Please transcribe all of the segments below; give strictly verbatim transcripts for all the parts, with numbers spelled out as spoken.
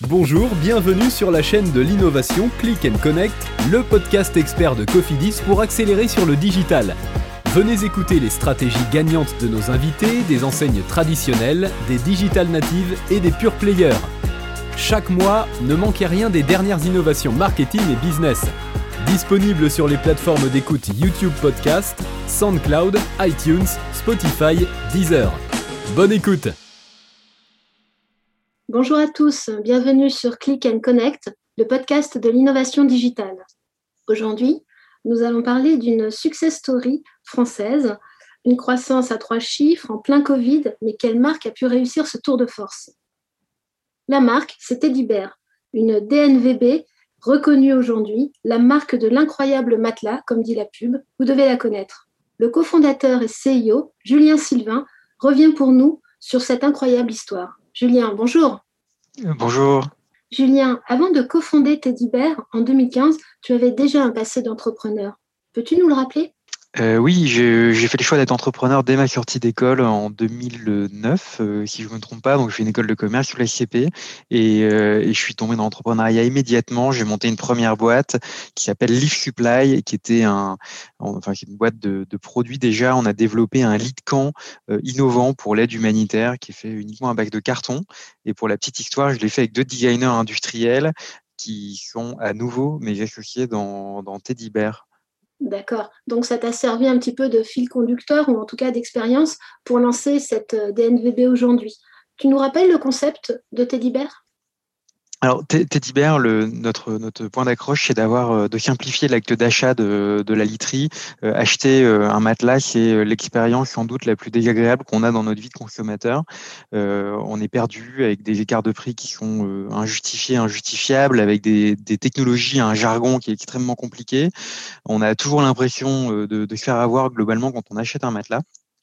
Bonjour, bienvenue sur la chaîne de l'innovation Click and Connect, le podcast expert de Cofidis pour accélérer sur le digital. Venez écouter les stratégies gagnantes de nos invités, des enseignes traditionnelles, des digital natives et des pure players. Chaque mois, ne manquez rien des dernières innovations marketing et business. Disponible sur les plateformes d'écoute YouTube Podcast, SoundCloud, iTunes, Spotify, Deezer. Bonne écoute! Bonjour à tous, bienvenue sur Click and Connect, le podcast de l'innovation digitale. Aujourd'hui, nous allons parler d'une success story française, une croissance à trois chiffres en plein Covid, mais quelle marque a pu réussir ce tour de force? La marque, c'est Teddybear, une D N V B reconnue aujourd'hui, la marque de l'incroyable matelas, comme dit la pub, vous devez la connaître. Le cofondateur et C E O, Julien Sylvain, revient pour nous sur cette incroyable histoire. Julien, bonjour. Bonjour. Julien, avant de cofonder Teddybear en deux mille quinze, tu avais déjà un passé d'entrepreneur. Peux-tu nous le rappeler ? Euh, oui, j'ai, j'ai fait le choix d'être entrepreneur dès ma sortie d'école en deux mille neuf, euh, si je ne me trompe pas. Donc, j'ai fait une école de commerce sur la S C P et, euh, et je suis tombé dans l'entrepreneuriat immédiatement. J'ai monté une première boîte qui s'appelle Live Supply, qui était un, enfin, qui est une boîte de, de produits déjà. On a développé un lit de camp euh, innovant pour l'aide humanitaire qui est fait uniquement un bac de carton. Et pour la petite histoire, je l'ai fait avec deux designers industriels qui sont à nouveau mes associés dans, dans Teddybear. D'accord. Donc, ça t'a servi un petit peu de fil conducteur ou en tout cas d'expérience pour lancer cette D N V B aujourd'hui. Tu nous rappelles le concept de Teddybear ? Alors, Teddybear, le, notre, notre point d'accroche, c'est d'avoir, de simplifier l'acte d'achat de, de la literie. Euh, acheter euh, un matelas, c'est l'expérience sans doute la plus désagréable qu'on a dans notre vie de consommateur. Euh, on est perdu avec des écarts de prix qui sont euh, injustifiés, injustifiables, avec des, des technologies, un jargon qui est extrêmement compliqué. On a toujours l'impression euh, de, de se faire avoir globalement quand on achète un matelas.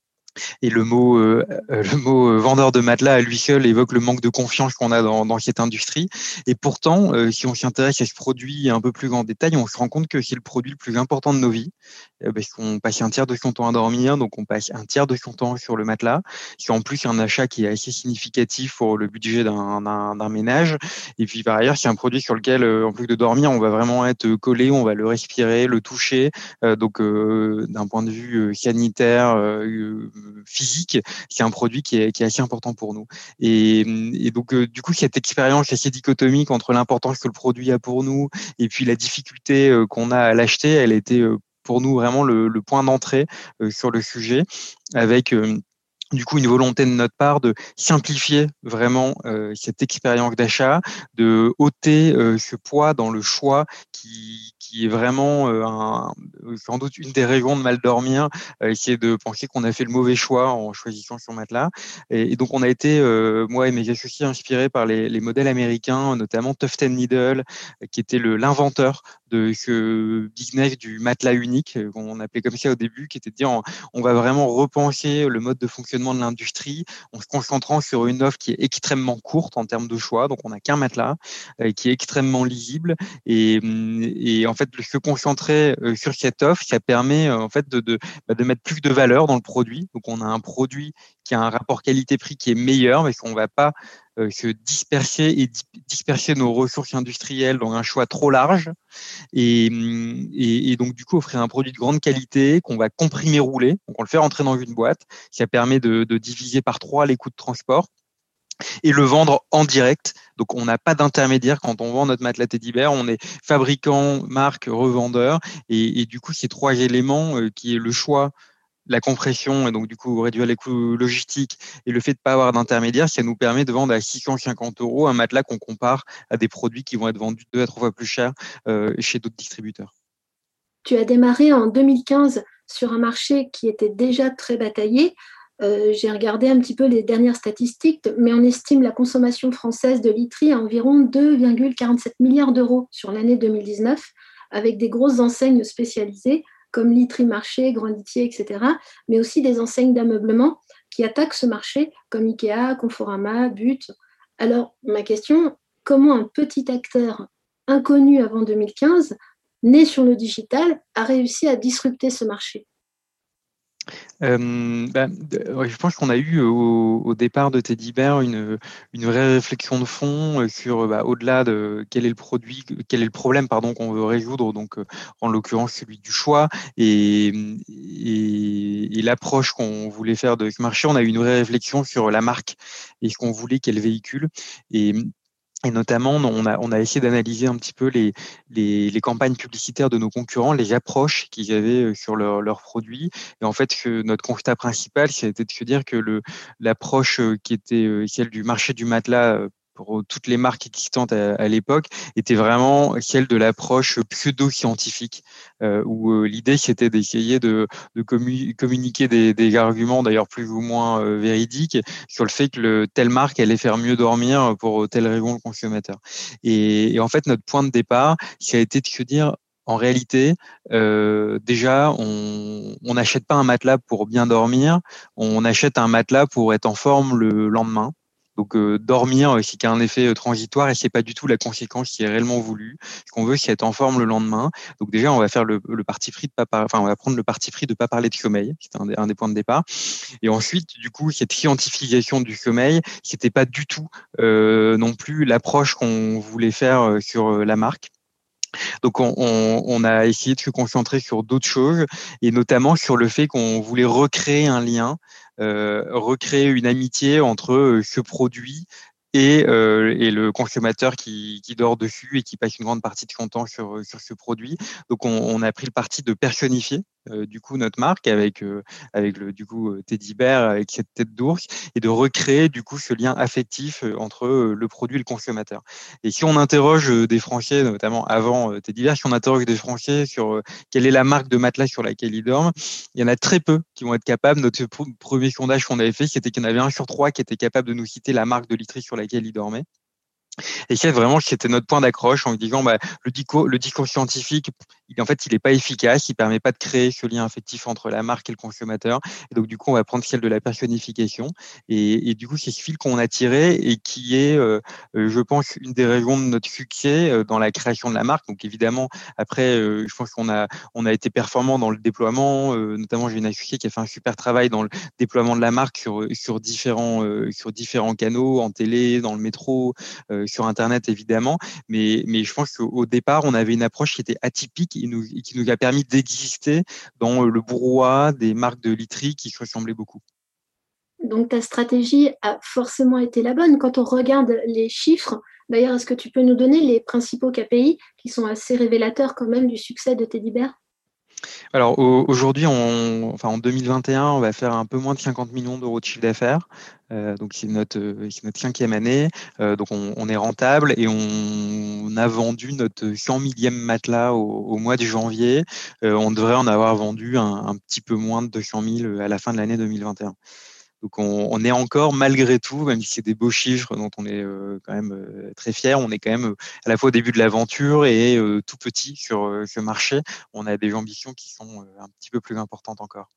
Et le mot, euh, le mot euh, vendeur de matelas à lui seul évoque le manque de confiance qu'on a dans, dans cette industrie. Et pourtant, euh, si on s'intéresse à ce produit un peu plus en détail, on se rend compte que c'est le produit le plus important de nos vies, euh, parce qu'on passe un tiers de son temps à dormir, donc on passe un tiers de son temps sur le matelas. C'est en plus un achat qui est assez significatif pour le budget d'un, d'un, d'un ménage. Et puis par ailleurs, c'est un produit sur lequel, euh, en plus de dormir, on va vraiment être collé, on va le respirer, le toucher. Euh, donc, euh, d'un point de vue sanitaire, euh, physique, c'est un produit qui est, qui est assez important pour nous. Et, et donc, euh, du coup, cette expérience assez dichotomique entre l'importance que le produit a pour nous et puis la difficulté euh, qu'on a à l'acheter, elle était euh, pour nous vraiment le, le point d'entrée euh, sur le sujet, avec euh, du coup une volonté de notre part de simplifier vraiment euh, cette expérience d'achat, de ôter euh, ce poids dans le choix qui, qui est vraiment euh, un, sans doute une des raisons de mal dormir, euh, essayer de penser qu'on a fait le mauvais choix en choisissant son matelas. Et, et donc on a été, euh, moi et mes associés, inspirés par les, les modèles américains, notamment Tuft and Needle, qui était le, l'inventeur de ce business du matelas unique, qu'on appelait comme ça au début, qui était de dire on, on va vraiment repenser le mode de fonctionnement de l'industrie en se concentrant sur une offre qui est extrêmement courte en termes de choix. Donc, on n'a qu'un matelas euh, qui est extrêmement lisible. Et, et en fait, se concentrer euh, sur cette offre, ça permet euh, en fait de, de, bah, de mettre plus de valeur dans le produit. Donc, on a un produit qui a un rapport qualité-prix qui est meilleur, mais qu'on ne va pas euh, se disperser et di- disperser nos ressources industrielles dans un choix trop large. Et, et, et donc, du coup, offrir un produit de grande qualité qu'on va comprimer, rouler. Donc, on le fait rentrer dans une boîte. Ça permet de, de diviser par trois les coûts de transport et le vendre en direct. Donc, on n'a pas d'intermédiaire quand on vend notre matelas Teddybear. On est fabricant, marque, revendeur. Et, et du coup, ces trois éléments euh, qui est le choix, la compression et donc du coup réduire les coûts logistiques et le fait de ne pas avoir d'intermédiaire, ça nous permet de vendre à six cent cinquante euros un matelas qu'on compare à des produits qui vont être vendus deux à trois fois plus cher euh, chez d'autres distributeurs. Tu as démarré en deux mille quinze sur un marché qui était déjà très bataillé. Euh, j'ai regardé un petit peu les dernières statistiques, mais on estime la consommation française de literie à environ deux virgule quarante-sept milliards d'euros sur l'année deux mille dix-neuf, avec des grosses enseignes spécialisées comme Literie Marché, Grand Litier, et cetera, mais aussi des enseignes d'ameublement qui attaquent ce marché comme Ikea, Conforama, But. Alors, ma question, comment un petit acteur inconnu avant deux mille quinze, né sur le digital, a réussi à disrupter ce marché ? Euh, bah, ouais, je pense qu'on a eu au, au départ de Teddy Bear une, une vraie réflexion de fond sur bah, au-delà de quel est le produit, quel est le problème pardon qu'on veut résoudre, donc en l'occurrence celui du choix et, et, et l'approche qu'on voulait faire de ce marché. On a eu une vraie réflexion sur la marque et ce qu'on voulait qu'elle véhicule et Et notamment, on a, on a essayé d'analyser un petit peu les, les, les campagnes publicitaires de nos concurrents, les approches qu'ils avaient sur leurs leurs produits. Et en fait, que notre constat principal, c'était de se dire que le, l'approche qui était celle du marché du matelas pour toutes les marques existantes à, à l'époque était vraiment celle de l'approche pseudo-scientifique, euh, où euh, l'idée c'était d'essayer de, de commu- communiquer des, des arguments d'ailleurs plus ou moins euh, véridiques sur le fait que le, telle marque allait faire mieux dormir pour telle raison le consommateur. Et, et en fait, notre point de départ, ça a été de se dire, en réalité, euh, déjà, on n'achète pas un matelas pour bien dormir, on achète un matelas pour être en forme le lendemain. Donc euh, dormir, c'est qu'il y a un effet transitoire et c'est pas du tout la conséquence qui est réellement voulue. Ce qu'on veut, c'est être en forme le lendemain. Donc déjà, on va faire le, le parti pris de pas par... enfin, on va prendre le parti pris de pas parler de sommeil. C'est un des, un des points de départ. Et ensuite, du coup, cette scientification du sommeil, c'était pas du tout euh, non plus l'approche qu'on voulait faire sur la marque. Donc, on, on, on a essayé de se concentrer sur d'autres choses et notamment sur le fait qu'on voulait recréer un lien, euh, recréer une amitié entre ce produit et, euh, et le consommateur qui, qui dort dessus et qui passe une grande partie de son temps sur, sur ce produit. Donc, on, on a pris le parti de personnifier euh, du coup notre marque avec euh, avec le du coup Teddy Bear avec cette tête d'ours et de recréer du coup ce lien affectif entre le produit et le consommateur. Et si on interroge des Français, notamment avant Teddy Bear, si on interroge des Français sur quelle est la marque de matelas sur laquelle ils dorment, il y en a très peu qui vont être capables. Notre premier sondage qu'on avait fait, c'était qu'il y en avait un sur trois qui était capable de nous citer la marque de literie sur laquelle ils dormaient. Et c'est vraiment, c'était notre point d'accroche en disant, bah, le discours, le discours scientifique, il, en fait, il n'est pas efficace, il permet pas de créer ce lien affectif entre la marque et le consommateur. Et donc, du coup, on va prendre celle de la personnification. Et, et du coup, c'est ce fil qu'on a tiré et qui est, euh, je pense, une des raisons de notre succès dans la création de la marque. Donc, évidemment, après, euh, je pense qu'on a, on a été performant dans le déploiement. Euh, notamment, j'ai une associée qui a fait un super travail dans le déploiement de la marque sur, sur différents, euh, sur différents canaux, en télé, dans le métro, euh, sur Internet évidemment, mais, mais je pense qu'au départ, on avait une approche qui était atypique et, nous, et qui nous a permis d'exister dans le brouhaha des marques de literie qui se ressemblaient beaucoup. Donc ta stratégie a forcément été la bonne. Quand on regarde les chiffres, d'ailleurs, est-ce que tu peux nous donner les principaux K P I qui sont assez révélateurs quand même du succès de Teddy Bear ? Alors aujourd'hui, on, enfin en deux mille vingt et un, on va faire un peu moins de cinquante millions d'euros de chiffre d'affaires. Euh, donc c'est notre, c'est notre cinquième année. Euh, donc on, on est rentable et on, on a vendu notre cent millième matelas au, au mois de janvier. Euh, on devrait en avoir vendu un, un petit peu moins de deux cent mille à la fin de l'année deux mille vingt et un. Donc on, on est encore, malgré tout, même si c'est des beaux chiffres dont on est euh, quand même euh, très fiers, on est quand même euh, à la fois au début de l'aventure et euh, tout petit sur euh, ce marché. On a des ambitions qui sont euh, un petit peu plus importantes encore.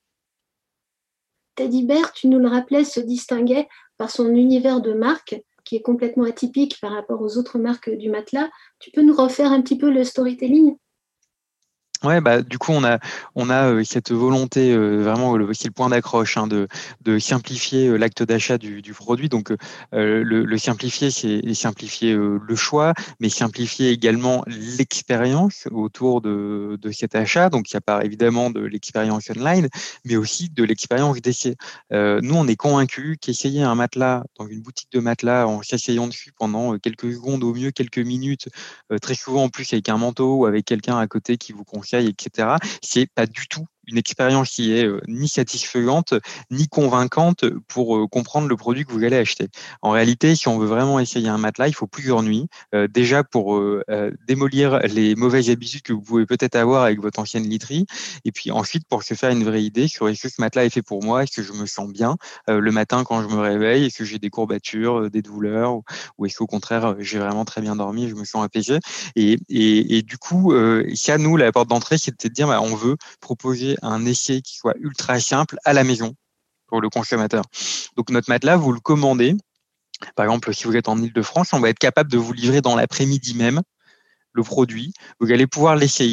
Teddy Bear, tu nous le rappelais, se distinguait par son univers de marque qui est complètement atypique par rapport aux autres marques du matelas. Tu peux nous refaire un petit peu le storytelling ? Ouais, bah du coup on a on a euh, cette volonté euh, vraiment le, c'est le point d'accroche hein, de de simplifier euh, l'acte d'achat du, du produit. Donc euh, le, le simplifier, c'est simplifier euh, le choix, mais simplifier également l'expérience autour de de cet achat. Donc il y a pas évidemment de l'expérience online, mais aussi de l'expérience d'essai. Euh, nous on est convaincus qu'essayer un matelas dans une boutique de matelas en s'asseyant dessus pendant quelques secondes au mieux quelques minutes, euh, très souvent en plus avec un manteau ou avec quelqu'un à côté qui vous conseille, et cetera. C'est pas du tout une expérience qui est euh, ni satisfaisante ni convaincante pour euh, comprendre le produit que vous allez acheter. En réalité, si on veut vraiment essayer un matelas, il faut plusieurs nuits. Euh, déjà pour euh, euh, démolir les mauvaises habitudes que vous pouvez peut-être avoir avec votre ancienne literie, et puis ensuite pour se faire une vraie idée sur est-ce que ce matelas est fait pour moi, est-ce que je me sens bien euh, le matin quand je me réveille, est-ce que j'ai des courbatures, euh, des douleurs, ou, ou est-ce qu'au contraire j'ai vraiment très bien dormi, je me sens apaisé. Et, et, et du coup, euh, ça nous la porte d'entrée, c'était de dire bah, on veut proposer un essai qui soit ultra simple à la maison pour le consommateur. Donc notre matelas, vous le commandez. Par exemple, si vous êtes en Île-de-France, on va être capable de vous livrer dans l'après-midi même le produit. Vous allez pouvoir l'essayer.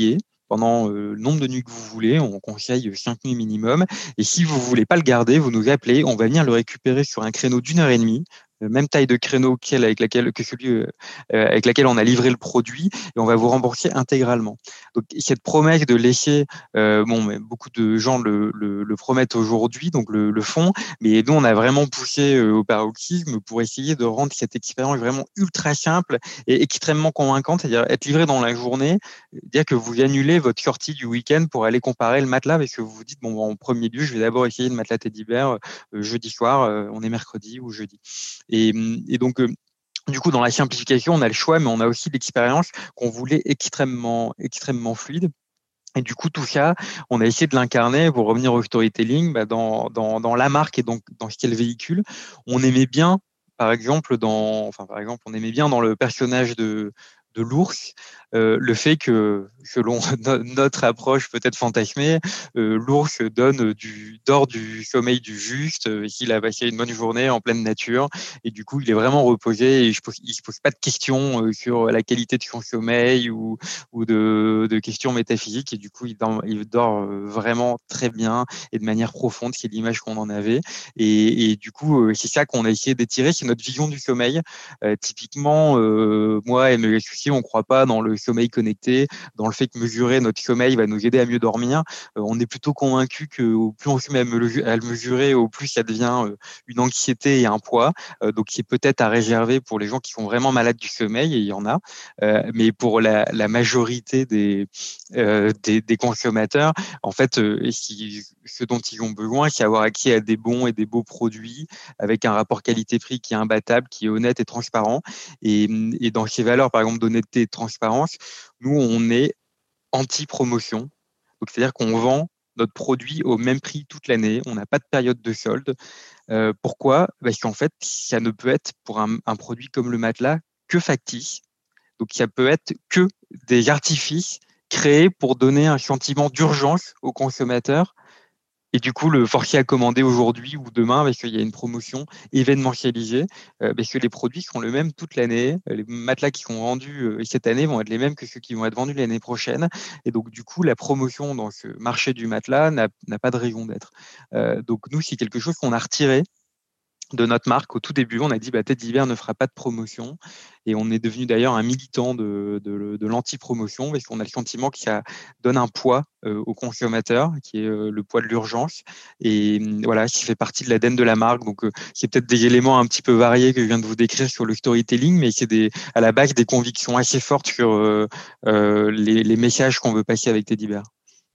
pendant euh, le nombre de nuits que vous voulez. On conseille cinq nuits minimum. Et si vous voulez pas le garder, vous nous appelez. On va venir le récupérer sur un créneau d'une heure et demie. Même taille de créneau avec laquelle, que celui euh, avec laquelle on a livré le produit, et on va vous rembourser intégralement. Donc cette promesse de laisser, euh, bon, mais beaucoup de gens le, le, le promettent aujourd'hui, donc le, le font, mais nous on a vraiment poussé euh, au paroxysme pour essayer de rendre cette expérience vraiment ultra simple et extrêmement convaincante, c'est-à-dire être livré dans la journée, dire que vous annulez votre sortie du week-end pour aller comparer le matelas, parce que vous vous dites bon, en premier lieu, je vais d'abord essayer le matelas Teddy Bear euh, jeudi soir, euh, on est mercredi ou jeudi. Et, et donc, euh, du coup, dans la simplification, on a le choix, mais on a aussi l'expérience qu'on voulait extrêmement, extrêmement fluide. Et du coup, tout ça, on a essayé de l'incarner pour revenir au storytelling bah, dans, dans, dans la marque et donc dans ce qu'elle véhicule. On aimait bien, par exemple, dans, enfin, par exemple, on aimait bien dans le personnage de, de l'ours, euh, le fait que, selon no- notre approche peut-être fantasmée, euh, l'ours donne du, dort du sommeil du juste, euh, s'il a passé une bonne journée en pleine nature, et du coup, il est vraiment reposé et je pose, il se pose pas de questions euh, sur la qualité de son sommeil ou, ou de, de questions métaphysiques, et du coup, il dort, il dort vraiment très bien et de manière profonde, c'est l'image qu'on en avait, et, et du coup, euh, c'est ça qu'on a essayé d'étirer, c'est notre vision du sommeil. Euh, typiquement, euh, moi et mes associés, on ne croit pas dans le sommeil connecté, dans le fait que mesurer notre sommeil va nous aider à mieux dormir. Euh, on est plutôt convaincu que au plus on se met à, me, à le mesurer, au plus ça devient euh, une anxiété et un poids. Euh, donc c'est peut-être à réserver pour les gens qui sont vraiment malades du sommeil, et il y en a. Euh, mais pour la, la majorité des, euh, des, des consommateurs, en fait, euh, si, ce dont ils ont besoin, c'est avoir accès à des bons et des beaux produits avec un rapport qualité-prix qui est imbattable, qui est honnête et transparent. Et, et dans ces valeurs, par exemple, d'honnêteté et de transparence, nous, on est anti-promotion. Donc, c'est-à-dire qu'on vend notre produit au même prix toute l'année. On n'a pas de période de solde. Euh, pourquoi? Parce qu'en fait, ça ne peut être pour un, un produit comme le matelas que factice. Donc, ça peut être que des artifices créés pour donner un sentiment d'urgence aux consommateurs et du coup le forcer à commander aujourd'hui ou demain parce qu'il y a une promotion événementialisée, euh, parce que les produits seront les mêmes toute l'année. Les matelas qui sont vendus euh, cette année vont être les mêmes que ceux qui vont être vendus l'année prochaine. Et donc, du coup, la promotion dans ce marché du matelas n'a, n'a pas de raison d'être. Euh, donc, nous, c'est quelque chose qu'on a retiré de notre marque. Au tout début, on a dit bah, Teddy Bear ne fera pas de promotion, et on est devenu d'ailleurs un militant de, de, de l'anti-promotion parce qu'on a le sentiment que ça donne un poids euh, aux consommateurs qui est euh, le poids de l'urgence, et voilà, qui fait partie de l'A D N de la marque. Donc euh, c'est peut-être des éléments un petit peu variés que je viens de vous décrire sur le storytelling, mais c'est des, à la base des convictions assez fortes sur euh, euh, les, les messages qu'on veut passer avec Teddy Bear.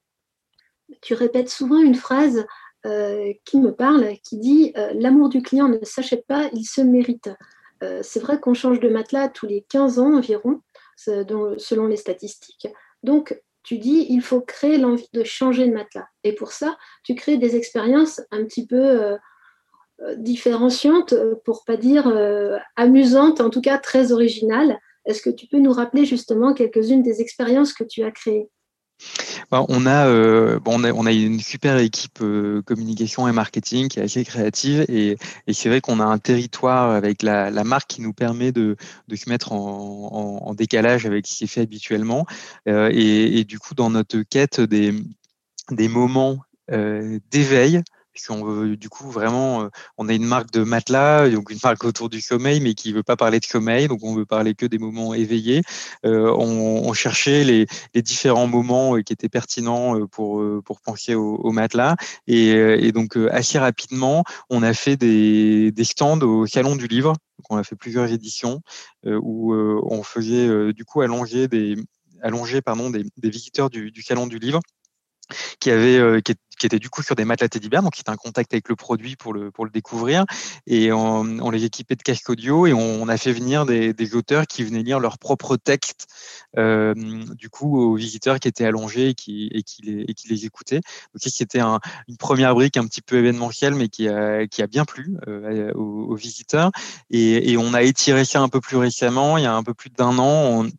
Tu répètes souvent une phrase euh, qui me parle, qui dit euh, « L'amour du client ne s'achète pas, il se mérite euh, ». C'est vrai qu'on change de matelas tous les quinze ans environ, selon les statistiques. Donc, tu dis il faut créer l'envie de changer de matelas. Et pour ça, tu crées des expériences un petit peu euh, différenciantes, pour ne pas dire euh, amusantes, en tout cas très originales. Est-ce que tu peux nous rappeler justement quelques-unes des expériences que tu as créées ? On a, euh, bon, on a, on a une super équipe euh, communication et marketing qui est assez créative, et, et c'est vrai qu'on a un territoire avec la, la marque qui nous permet de, de se mettre en, en, en décalage avec ce qui est fait habituellement. Euh, et, et du coup, dans notre quête des, des moments euh, d'éveil, puisqu'on veut du coup vraiment, euh, on a une marque de matelas, donc une marque autour du sommeil, mais qui veut pas parler de sommeil, donc on veut parler que des moments éveillés. Euh, on, on cherchait les, les différents moments euh, qui étaient pertinents euh, pour euh, pour penser au, au matelas, et, euh, et donc euh, assez rapidement, on a fait des, des stands au Salon du Livre. Donc on a fait plusieurs éditions euh, où euh, on faisait euh, du coup allonger des allonger pardon des, des visiteurs du, du Salon du Livre qui avait euh, qui, qui était du coup sur des matelas Teddy Bear, donc c'était un contact avec le produit pour le pour le découvrir, et on, on les équipait de casques audio, et on, on a fait venir des, des auteurs qui venaient lire leurs propres textes euh, du coup aux visiteurs qui étaient allongés et qui et qui les et qui les écoutaient. Donc ça, c'était un, une première brique un petit peu événementielle, mais qui a qui a bien plu euh, aux, aux visiteurs, et, et on a étiré ça un peu plus récemment, il y a un peu plus d'un an. On,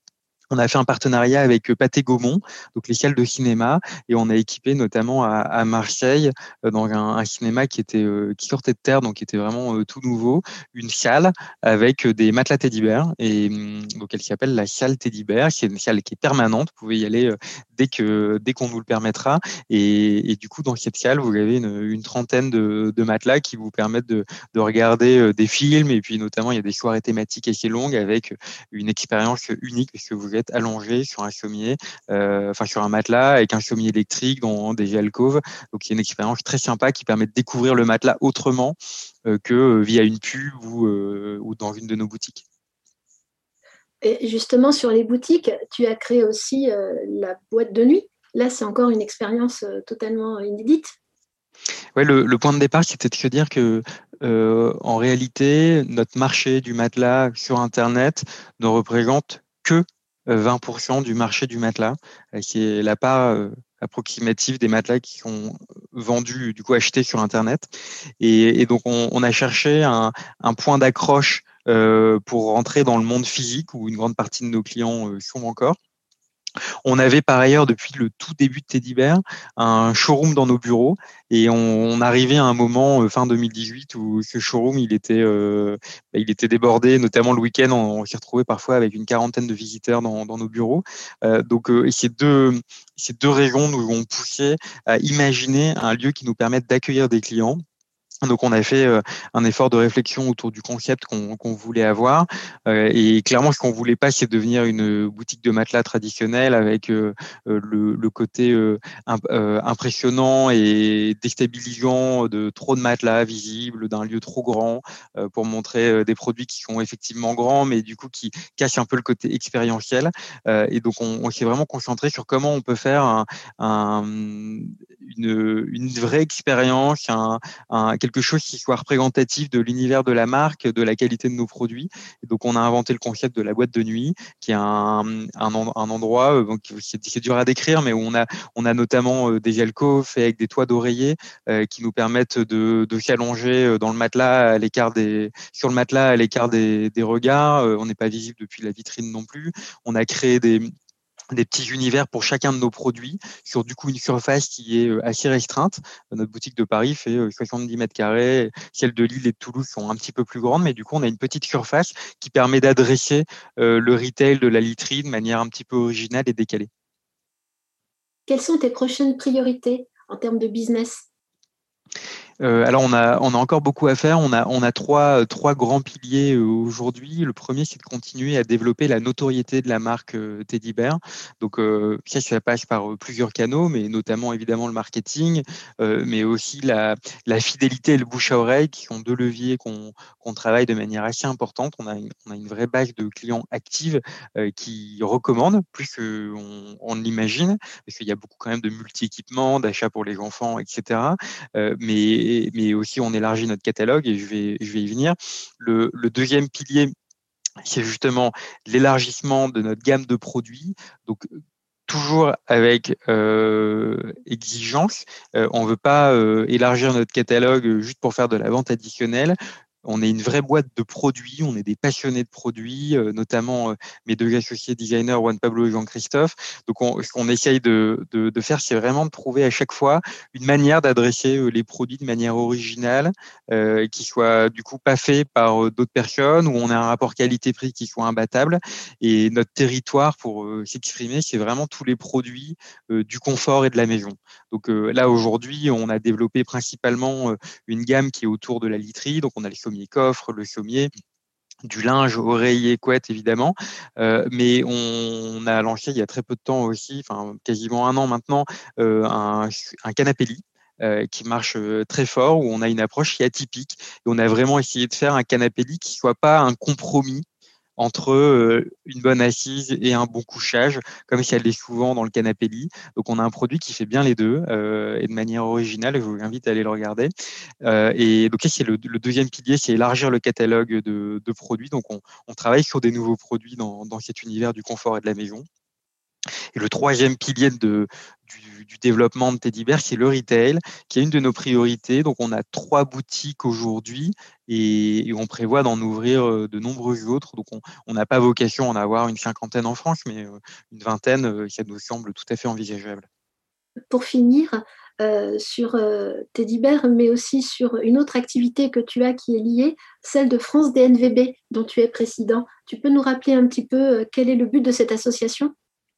On a fait un partenariat avec Pathé Gaumont, donc les salles de cinéma, et on a équipé notamment à, à Marseille, euh, dans un, un cinéma qui était euh, qui sortait de terre, donc qui était vraiment euh, tout nouveau, une salle avec des matelas Teddy Bear, et hum, donc elle s'appelle la salle Teddy Bear. C'est une salle qui est permanente, vous pouvez y aller euh, dès que dès qu'on vous le permettra, et, et du coup dans cette salle vous avez une, une trentaine de, de matelas qui vous permettent de, de regarder euh, des films, et puis notamment il y a des soirées thématiques assez longues avec une expérience unique parce que vous êtes allongé sur un sommier, euh, enfin sur un matelas avec un sommier électrique dans des alcôves. Donc c'est une expérience très sympa qui permet de découvrir le matelas autrement euh, que via une pub ou, euh, ou dans une de nos boutiques. Et justement, sur les boutiques, tu as créé aussi euh, la boîte de nuit. Là, c'est encore une expérience euh, totalement inédite. Ouais, le, le point de départ, c'était de se dire que euh, en réalité, notre marché du matelas sur Internet ne représente que vingt pour cent du marché du matelas, qui est la part euh, approximative des matelas qui sont vendus, du coup achetés sur Internet. Et, et donc, on, on, a cherché un, un point d'accroche euh, pour rentrer dans le monde physique où une grande partie de nos clients euh, sont encore. On avait par ailleurs, depuis le tout début de Teddy Bear, un showroom dans nos bureaux, et on, on arrivait à un moment euh, fin deux mille dix-huit où ce showroom il était, euh, bah, il était débordé, notamment le week-end. On, on s'y retrouvait parfois avec une quarantaine de visiteurs dans, dans nos bureaux. Euh, donc, euh, ces deux, ces deux raisons nous ont poussé à imaginer un lieu qui nous permette d'accueillir des clients. Donc, on a fait euh, un effort de réflexion autour du concept qu'on qu'on voulait avoir. Euh, et clairement, ce qu'on voulait pas, c'est devenir une boutique de matelas traditionnelle avec euh, le, le côté euh, imp- euh, impressionnant et déstabilisant de trop de matelas visibles, d'un lieu trop grand euh, pour montrer euh, des produits qui sont effectivement grands, mais du coup qui cachent un peu le côté expérientiel. Euh, et donc, on, on s'est vraiment concentré sur comment on peut faire un, un, une, une vraie expérience, un, un, quelque chose qui soit représentatif de l'univers de la marque, de la qualité de nos produits. Et donc, on a inventé le concept de la boîte de nuit, qui est un, un, un endroit, donc c'est dur à décrire, mais où on a, on a notamment des alcôves faits avec des toits d'oreiller euh, qui nous permettent de, de s'allonger dans le matelas à l'écart des, sur le matelas à l'écart des, des regards. Euh, on n'est pas visible depuis la vitrine non plus. On a créé des des petits univers pour chacun de nos produits sur du coup une surface qui est assez restreinte. Notre boutique de Paris fait soixante-dix mètres carrés. Celles de Lille et de Toulouse sont un petit peu plus grandes, mais du coup, on a une petite surface qui permet d'adresser euh, le retail de la literie de manière un petit peu originale et décalée. Quelles sont tes prochaines priorités en termes de business ? Euh, alors on a on a encore beaucoup à faire. On a on a trois trois grands piliers euh, aujourd'hui. Le premier, c'est de continuer à développer la notoriété de la marque euh, Teddy Bear. Donc euh, ça, ça passe par euh, plusieurs canaux, mais notamment évidemment le marketing, euh, mais aussi la la fidélité et le bouche à oreille, qui sont deux leviers qu'on qu'on travaille de manière assez importante. On a une, on a une vraie base de clients active euh, qui recommandent plus qu'on on l'imagine, parce qu'il y a beaucoup quand même de multi-équipements, d'achats pour les enfants, et cetera. Euh, mais mais aussi on élargit notre catalogue, et je vais, je vais y venir. Le, le deuxième pilier, c'est justement l'élargissement de notre gamme de produits. Donc, toujours avec euh, exigence. Euh, on ne veut pas euh, élargir notre catalogue juste pour faire de la vente additionnelle. On est une vraie boîte de produits, on est des passionnés de produits, euh, notamment euh, mes deux associés designers, Juan Pablo et Jean-Christophe. Donc, on, ce qu'on essaye de, de, de faire, c'est vraiment de trouver à chaque fois une manière d'adresser euh, les produits de manière originale, euh, qui soit du coup pas fait par euh, d'autres personnes, où on a un rapport qualité-prix qui soit imbattable. Et notre territoire pour euh, s'exprimer, c'est vraiment tous les produits euh, du confort et de la maison. Donc euh, là, aujourd'hui, on a développé principalement euh, une gamme qui est autour de la literie. Donc, on a le sommier coffre, le sommier, du linge, oreiller, couette, évidemment. Euh, mais on a lancé il y a très peu de temps aussi, enfin quasiment un an maintenant, euh, un, un canapé lit. Euh, qui marche euh, très fort, où on a une approche qui est atypique. Et on a vraiment essayé de faire un canapé lit qui soit pas un compromis entre euh, une bonne assise et un bon couchage, comme ça l'est souvent dans le canapé lit. Donc, on a un produit qui fait bien les deux euh, et de manière originale. Je vous invite à aller le regarder. Euh, et donc, c'est le, le deuxième pilier, c'est élargir le catalogue de, de produits. Donc, on, on travaille sur des nouveaux produits dans, dans cet univers du confort et de la maison. Et le troisième pilier de, du, du développement de Teddy Bear, c'est le retail, qui est une de nos priorités. Donc, on a trois boutiques aujourd'hui et, et on prévoit d'en ouvrir de nombreuses autres. Donc, on n'a pas vocation à en avoir une cinquantaine en France, mais une vingtaine, ça nous semble tout à fait envisageable. Pour finir, euh, sur euh, Teddy Bear, mais aussi sur une autre activité que tu as qui est liée, celle de France D N V B, dont tu es président. Tu peux nous rappeler un petit peu euh, quel est le but de cette association ?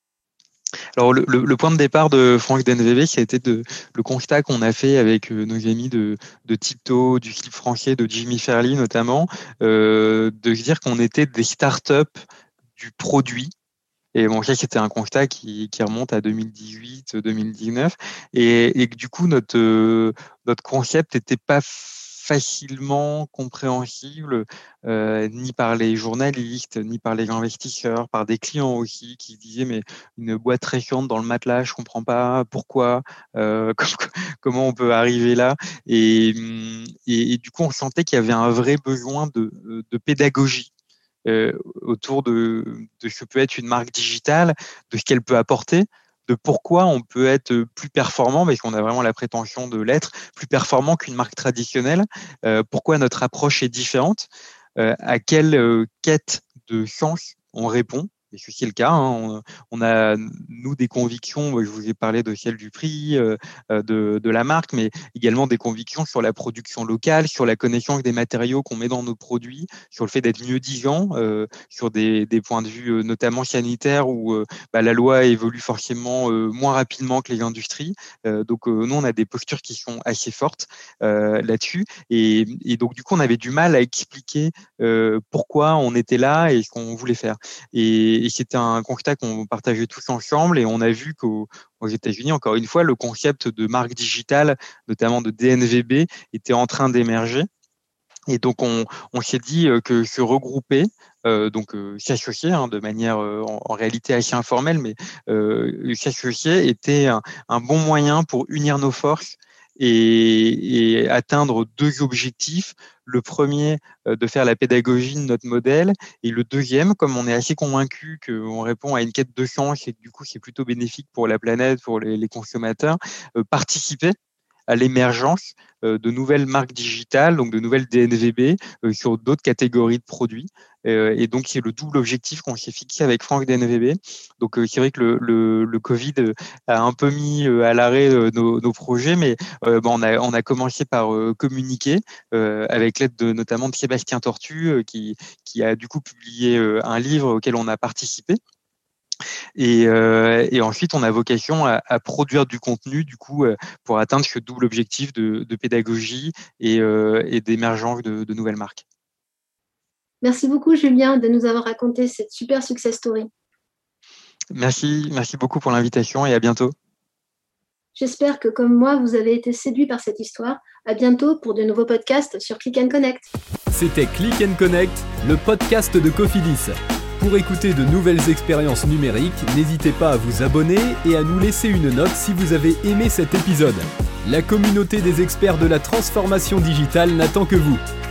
Alors, le, le, le point de départ de France D N V B, ça a été de, le constat qu'on a fait avec euh, nos amis de, de Tiptoe, du Slip Français, de Jimmy Fairley notamment, euh, de se dire qu'on était des startups du produit. Et bon, ça, c'était un constat qui, qui remonte à deux mille dix-huit deux mille dix-neuf. Et, et que du coup, notre, euh, notre concept n'était pas facilement compréhensible, euh, ni par les journalistes, ni par les investisseurs, par des clients aussi, qui se disaient mais une boîte récente dans le matelas, je comprends pas pourquoi, euh, comment on peut arriver là. Et, et, et du coup, on sentait qu'il y avait un vrai besoin de, de pédagogie euh, autour de, de ce que peut être une marque digitale, de ce qu'elle peut apporter, de pourquoi on peut être plus performant, parce qu'on a vraiment la prétention de l'être, plus performant qu'une marque traditionnelle, euh, pourquoi notre approche est différente, euh, à quelle euh, quête de sens on répond. Et c'est le cas. Hein. On, on a, nous, des convictions, je vous ai parlé de celle du prix, euh, de, de la marque, mais également des convictions sur la production locale, sur la connaissance des matériaux qu'on met dans nos produits, sur le fait d'être mieux disant, euh, sur des, des points de vue euh, notamment sanitaires où euh, bah, la loi évolue forcément euh, moins rapidement que les industries. Euh, donc, euh, nous, on a des postures qui sont assez fortes euh, là-dessus. Et, et donc, du coup, on avait du mal à expliquer euh, pourquoi on était là et ce qu'on voulait faire. Et Et c'était un constat qu'on partageait tous ensemble et on a vu qu'aux aux États-Unis, encore une fois, le concept de marque digitale, notamment de D N V B, était en train d'émerger. Et donc, on, on s'est dit que se regrouper, euh, donc euh, s'associer hein, de manière euh, en, en réalité assez informelle, mais euh, s'associer était un, un bon moyen pour unir nos forces et, et atteindre deux objectifs. Le premier, euh, de faire la pédagogie de notre modèle, et le deuxième, comme on est assez convaincu qu'on répond à une quête de sens et que du coup c'est plutôt bénéfique pour la planète, pour les, les consommateurs, euh, participer à l'émergence euh, de nouvelles marques digitales, donc de nouvelles D N V B euh, sur d'autres catégories de produits. Euh, et donc, c'est le double objectif qu'on s'est fixé avec France D N V B. Donc, euh, c'est vrai que le, le, le Covid a un peu mis euh, à l'arrêt euh, nos, nos projets, mais euh, bon, on, a, on a commencé par euh, communiquer euh, avec l'aide de, notamment de Sébastien Tortu, euh, qui, qui a du coup publié euh, un livre auquel on a participé. Et, euh, et ensuite, on a vocation à, à produire du contenu, du coup, euh, pour atteindre ce double objectif de, de pédagogie et, euh, et d'émergence de, de nouvelles marques. Merci beaucoup, Julien, de nous avoir raconté cette super success story. Merci, merci beaucoup pour l'invitation et à bientôt. J'espère que, comme moi, vous avez été séduit par cette histoire. À bientôt pour de nouveaux podcasts sur Click and Connect. C'était Click and Connect, le podcast de Cofidis. Pour écouter de nouvelles expériences numériques, n'hésitez pas à vous abonner et à nous laisser une note si vous avez aimé cet épisode. La communauté des experts de la transformation digitale n'attend que vous.